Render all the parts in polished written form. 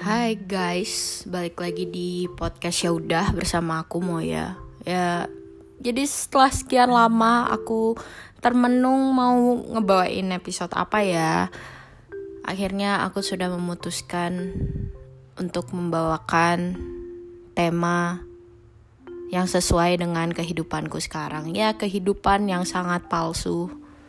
Hai guys, balik lagi di podcast Ya Udah bersama aku Moya. Ya, jadi setelah sekian lama aku termenung mau ngebawain episode apa ya. Akhirnya aku sudah memutuskan untuk membawakan tema yang sesuai dengan kehidupanku sekarang. Ya, kehidupan yang sangat palsu.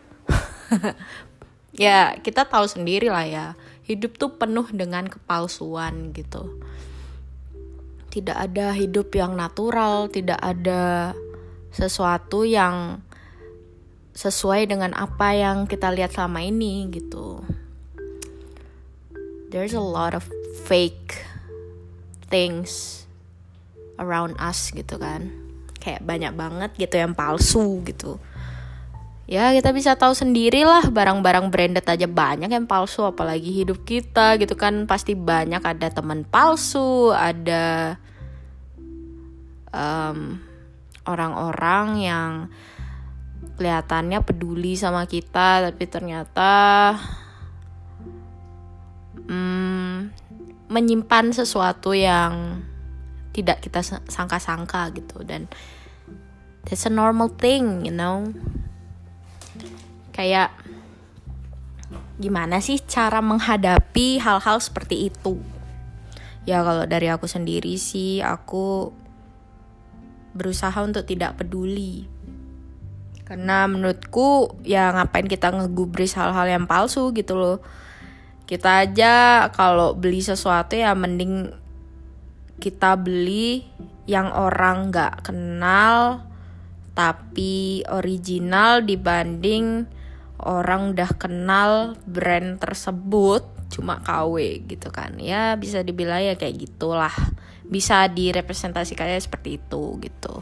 Ya, kita tahu sendiri lah ya. Hidup tuh penuh dengan kepalsuan gitu. Tidak ada hidup yang natural, tidak ada sesuatu yang sesuai dengan apa yang kita lihat selama ini gitu. There's a lot of fake things around us gitu kan. Kayak banyak banget gitu yang palsu gitu. Ya kita bisa tahu sendiri lah, barang-barang branded aja banyak yang palsu, apalagi hidup kita gitu kan. Pasti banyak ada teman palsu, ada orang-orang yang kelihatannya peduli sama kita tapi ternyata menyimpan sesuatu yang tidak kita sangka-sangka gitu. Dan that's a normal thing, you know. Kayak gimana sih cara menghadapi hal-hal seperti itu? Ya kalau dari aku sendiri sih, aku berusaha untuk tidak peduli. Karena menurutku ya ngapain kita ngegubris hal-hal yang palsu gitu loh. Kita aja kalau beli sesuatu ya mending kita beli yang orang gak kenal tapi original dibanding orang udah kenal brand tersebut cuma KW gitu kan. Ya bisa dibilang ya kayak gitulah. Bisa direpresentasikannya seperti itu gitu.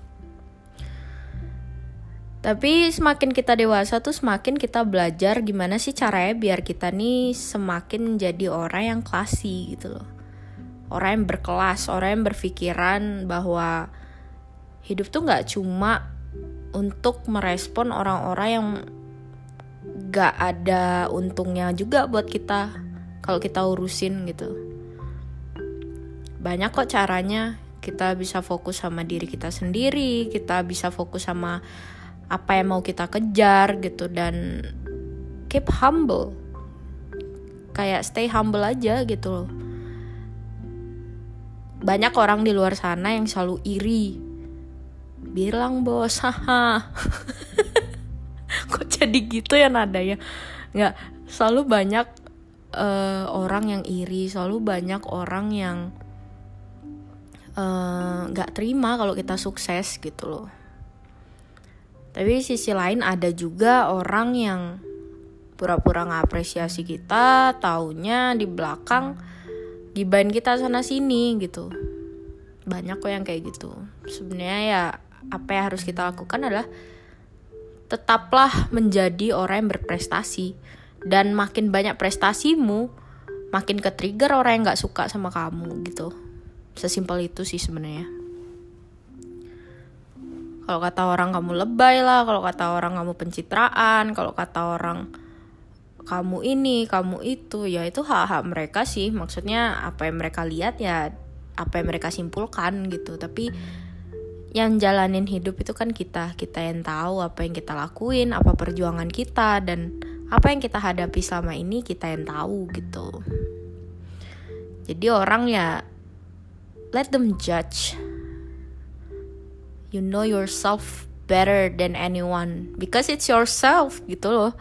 Tapi semakin kita dewasa tuh semakin kita belajar gimana sih caranya biar kita nih semakin menjadi orang yang classy gitu loh. Orang yang berkelas, orang yang berpikiran bahwa hidup tuh gak cuma untuk merespon orang-orang yang gak ada untungnya juga buat kita kalau kita urusin gitu. Banyak kok caranya. Kita bisa fokus sama diri kita sendiri, kita bisa fokus sama apa yang mau kita kejar gitu. Dan keep humble, kayak stay humble aja gitu loh. Banyak orang di luar sana yang selalu iri, bilang bos, haha. Kok jadi gitu ya nadanya? Nggak, selalu banyak orang yang iri, selalu banyak orang yang nggak terima kalau kita sukses gitu loh. Tapi sisi lain ada juga orang yang pura-pura ngapresiasi kita, taunya di belakang gibahin kita sana sini gitu. Banyak kok yang kayak gitu. Sebenarnya ya apa yang harus kita lakukan adalah tetaplah menjadi orang yang berprestasi. Dan makin banyak prestasimu, makin ke-trigger orang yang gak suka sama kamu gitu. Sesimpel itu sih sebenarnya. Kalau kata orang kamu lebay lah, kalau kata orang kamu pencitraan, kalau kata orang kamu ini, kamu itu, ya itu hak-hak mereka sih. Maksudnya apa yang mereka lihat ya apa yang mereka simpulkan gitu. Tapi yang jalanin hidup itu kan kita yang tahu apa yang kita lakuin, apa perjuangan kita, dan apa yang kita hadapi selama ini kita yang tahu gitu. Jadi orang ya let them judge. You know yourself better than anyone because it's yourself gitu loh.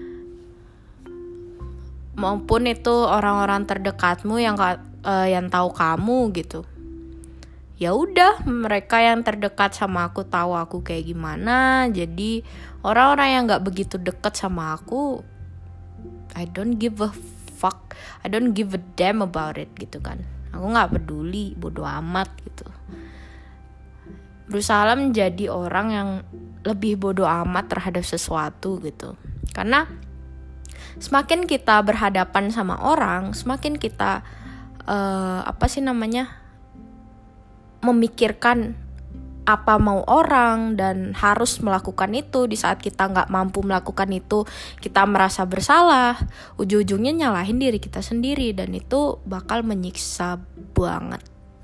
Maupun itu orang-orang terdekatmu yang tahu kamu gitu. Ya udah, mereka yang terdekat sama aku tahu aku kayak gimana. Jadi orang-orang yang nggak begitu dekat sama aku, I don't give a fuck, I don't give a damn about it gitu kan. Aku nggak peduli, bodo amat gitu. Berusaha menjadi orang yang lebih bodo amat terhadap sesuatu gitu. Karena semakin kita berhadapan sama orang, semakin kita memikirkan apa mau orang dan harus melakukan itu. Di saat kita nggak mampu melakukan itu, kita merasa bersalah, ujung-ujungnya nyalahin diri kita sendiri, dan itu bakal menyiksa banget.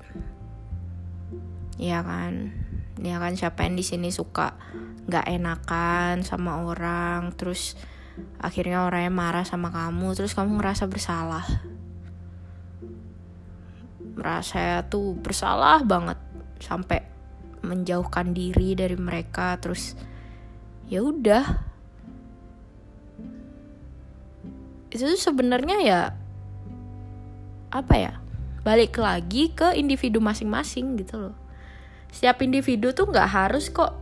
Ya kan siapa yang di sini suka nggak enakan sama orang, terus akhirnya orangnya marah sama kamu, terus kamu ngerasa bersalah, merasa tuh bersalah banget sampai menjauhkan diri dari mereka. Terus ya udah, itu tuh sebenarnya ya apa ya, balik lagi ke individu masing-masing gitu loh. Setiap individu tuh nggak harus kok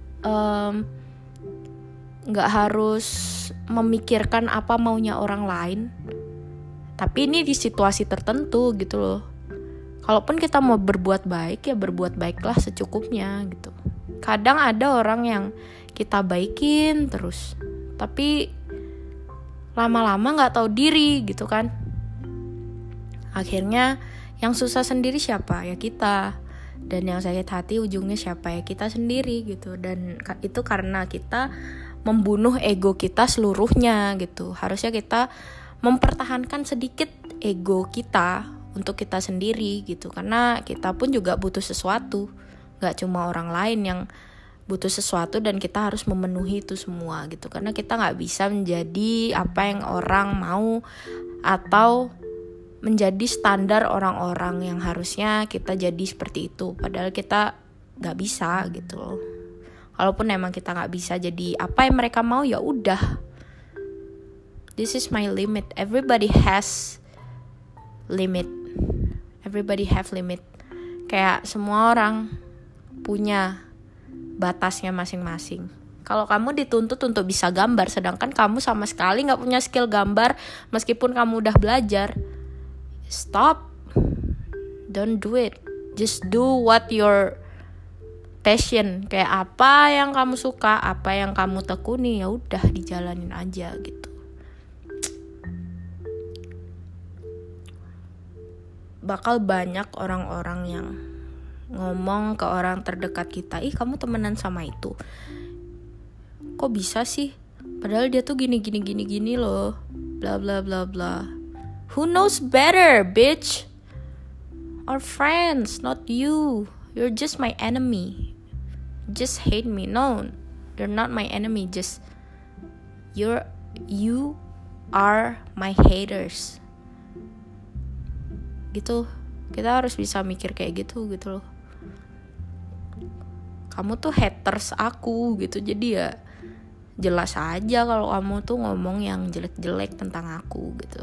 nggak harus memikirkan apa maunya orang lain, tapi ini di situasi tertentu gitu loh. Kalaupun kita mau berbuat baik, ya berbuat baiklah secukupnya gitu. Kadang ada orang yang kita baikin terus, tapi lama-lama gak tahu diri gitu kan. Akhirnya yang susah sendiri siapa? Ya kita. Dan yang sakit hati ujungnya siapa? Ya kita sendiri gitu. Dan itu karena kita membunuh ego kita seluruhnya gitu. Harusnya kita mempertahankan sedikit ego kita untuk kita sendiri gitu, karena kita pun juga butuh sesuatu, gak cuma orang lain yang butuh sesuatu dan kita harus memenuhi itu semua gitu. Karena kita gak bisa menjadi apa yang orang mau atau menjadi standar orang-orang yang harusnya kita jadi seperti itu, padahal kita gak bisa gitu loh. Kalaupun emang kita gak bisa jadi apa yang mereka mau, ya udah, this is my limit. Everybody has limit. Everybody have limit. Kayak semua orang punya batasnya masing-masing. Kalau kamu dituntut untuk bisa gambar, sedangkan kamu sama sekali gak punya skill gambar, meskipun kamu udah belajar, stop. Don't do it. Just do what your passion. Kayak apa yang kamu suka, apa yang kamu tekuni, ya udah dijalanin aja gitu. Bakal banyak orang-orang yang ngomong ke orang terdekat kita, ih kamu temenan sama itu, kok bisa sih, padahal dia tuh gini loh, bla bla bla bla. Who knows better, bitch? Our friends, not you. You're just my enemy. Just hate me. No, you're not my enemy. Just you are my haters. Gitu. Kita harus bisa mikir kayak gitu loh. Kamu tuh haters aku gitu. Jadi ya jelas aja kalau kamu tuh ngomong yang jelek-jelek tentang aku gitu.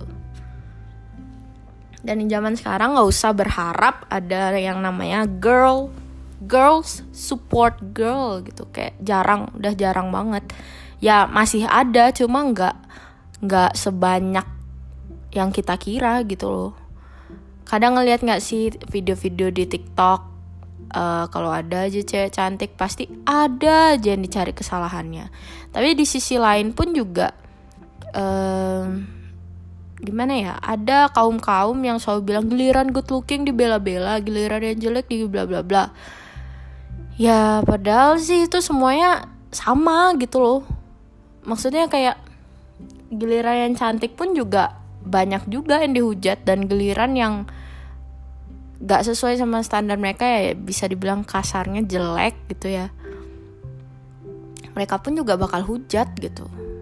Dan di zaman sekarang gak usah berharap ada yang namanya girls support girl gitu. Kayak udah jarang banget. Ya masih ada, cuma gak sebanyak yang kita kira gitu loh. Kadang ngeliat gak sih video-video di TikTok, kalau ada aja cewek cantik pasti ada aja yang dicari kesalahannya. Tapi di sisi lain pun juga gimana ya, ada kaum yang selalu bilang giliran good looking dibela-bela, giliran yang jelek di bla bla bla. Ya padahal sih itu semuanya sama gitu loh. Maksudnya kayak giliran yang cantik pun juga banyak juga yang dihujat, dan giliran yang gak sesuai sama standar mereka ya bisa dibilang kasarnya jelek gitu ya, mereka pun juga bakal hujat gitu.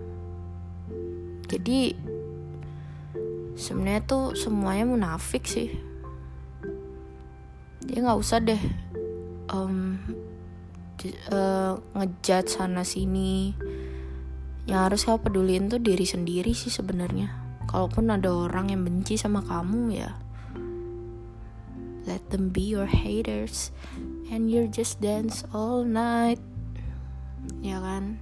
Jadi sebenarnya tuh semuanya munafik sih. Dia gak usah deh ngejudge sana sini. Yang harus kamu peduliin tuh diri sendiri sih sebenarnya. Kalaupun ada orang yang benci sama kamu, ya let them be your haters, and you just dance all night, ya kan?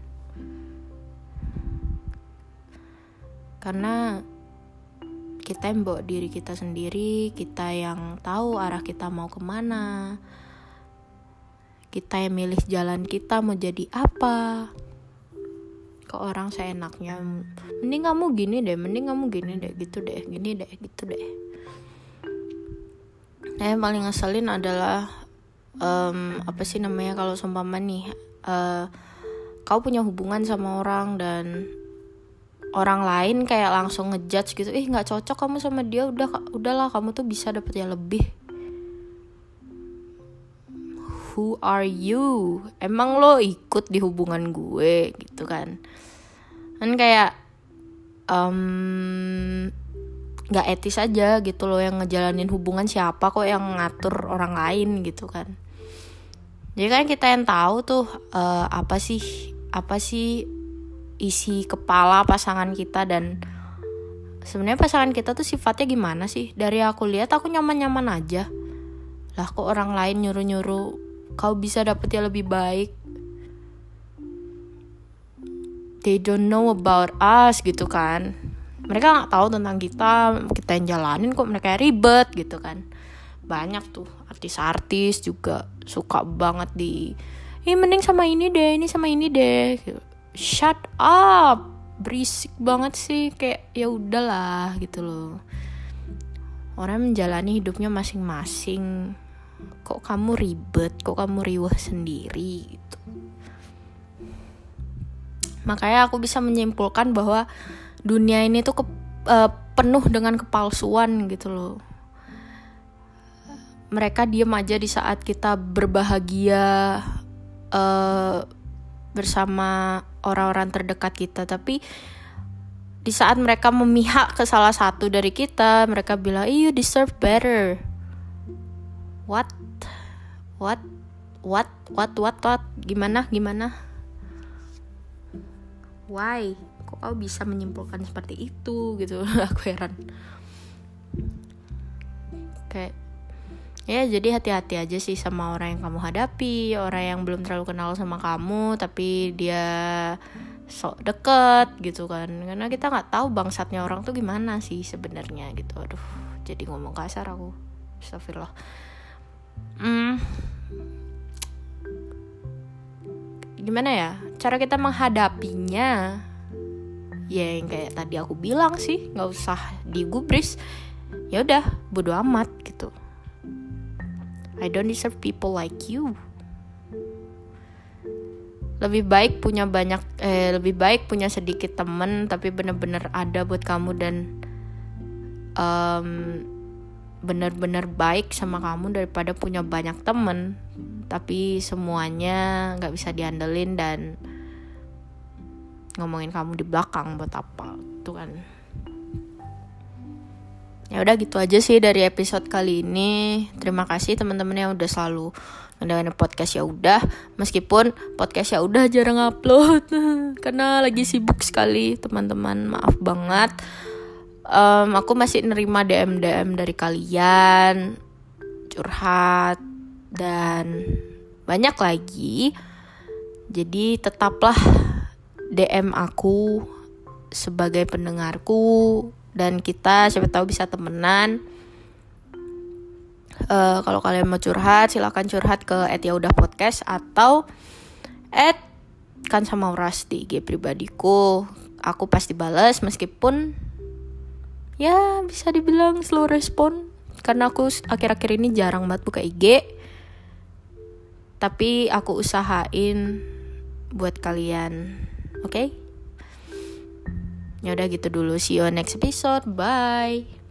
Karena kita yang bawa diri kita sendiri, kita yang tahu arah kita mau kemana, kita yang milih jalan kita mau jadi apa. Ke orang seenaknya, mending kamu gini deh, mending kamu gini deh, gitu deh, gini deh, gitu deh. Nah, yang paling ngeselin adalah apa sih namanya kalau seumpama nih kau punya hubungan sama orang dan orang lain kayak langsung ngejudge gitu, nggak cocok kamu sama dia, udahlah kamu tuh bisa dapet yang lebih. Who are you? Emang lo ikut di hubungan gue gitu kan kayak nggak etis aja gitu loh yang ngejalanin hubungan, siapa kok yang ngatur orang lain gitu kan. Jadi kan kita yang tahu tuh apa sih isi kepala pasangan kita, dan sebenarnya pasangan kita tuh sifatnya gimana sih. Dari aku lihat aku nyaman-nyaman aja lah, kok orang lain nyuruh-nyuruh kau bisa dapet yang lebih baik. They don't know about us gitu kan. Mereka nggak tahu tentang kita yang jalanin kok mereka ribet gitu kan. Banyak tuh artis-artis juga suka banget mending sama ini deh, ini sama ini deh. Shut up, berisik banget sih, kayak ya udahlah gitu loh. Orang menjalani hidupnya masing-masing. Kok kamu ribet, kok kamu riweh sendiri gitu. Makanya aku bisa menyimpulkan bahwa dunia ini tuh penuh dengan kepalsuan gitu loh. Mereka diem aja di saat kita berbahagia bersama orang-orang terdekat kita, tapi di saat mereka memihak ke salah satu dari kita, mereka bilang, you deserve better. What? Gimana? Why? Kok kau bisa menyimpulkan seperti itu gitu? Aku heran. Kayak ya jadi hati-hati aja sih sama orang yang kamu hadapi, orang yang belum terlalu kenal sama kamu tapi dia sok deket gitu kan. Karena kita nggak tahu bangsatnya orang tuh gimana sih sebenarnya gitu. Aduh, jadi ngomong kasar aku. Astagfirullah. Gimana ya cara kita menghadapinya? Ya yang kayak tadi aku bilang sih, nggak usah digubris. Ya udah, bodo amat gitu. I don't deserve people like you. Lebih baik punya sedikit teman tapi benar-benar ada buat kamu dan benar-benar baik sama kamu daripada punya banyak teman tapi semuanya nggak bisa diandelin dan ngomongin kamu di belakang buat apa tuh kan. Ya udah gitu aja sih dari episode kali ini. Terima kasih teman-teman yang udah selalu ngedengerin podcast Ya Udah, meskipun podcast Ya Udah jarang upload karena lagi sibuk sekali teman-teman, maaf banget. Aku masih nerima DM dari kalian, curhat dan banyak lagi. Jadi tetaplah DM aku sebagai pendengarku dan kita siapa tahu bisa temenan. Kalau kalian mau curhat silakan curhat ke @yaudahpodcast atau @kansamaurras di IG pribadiku. Aku pasti balas meskipun ya bisa dibilang slow respon karena aku akhir-akhir ini jarang banget buka IG. Tapi aku usahain buat kalian. Oke? Ya udah gitu dulu. See you next episode. Bye.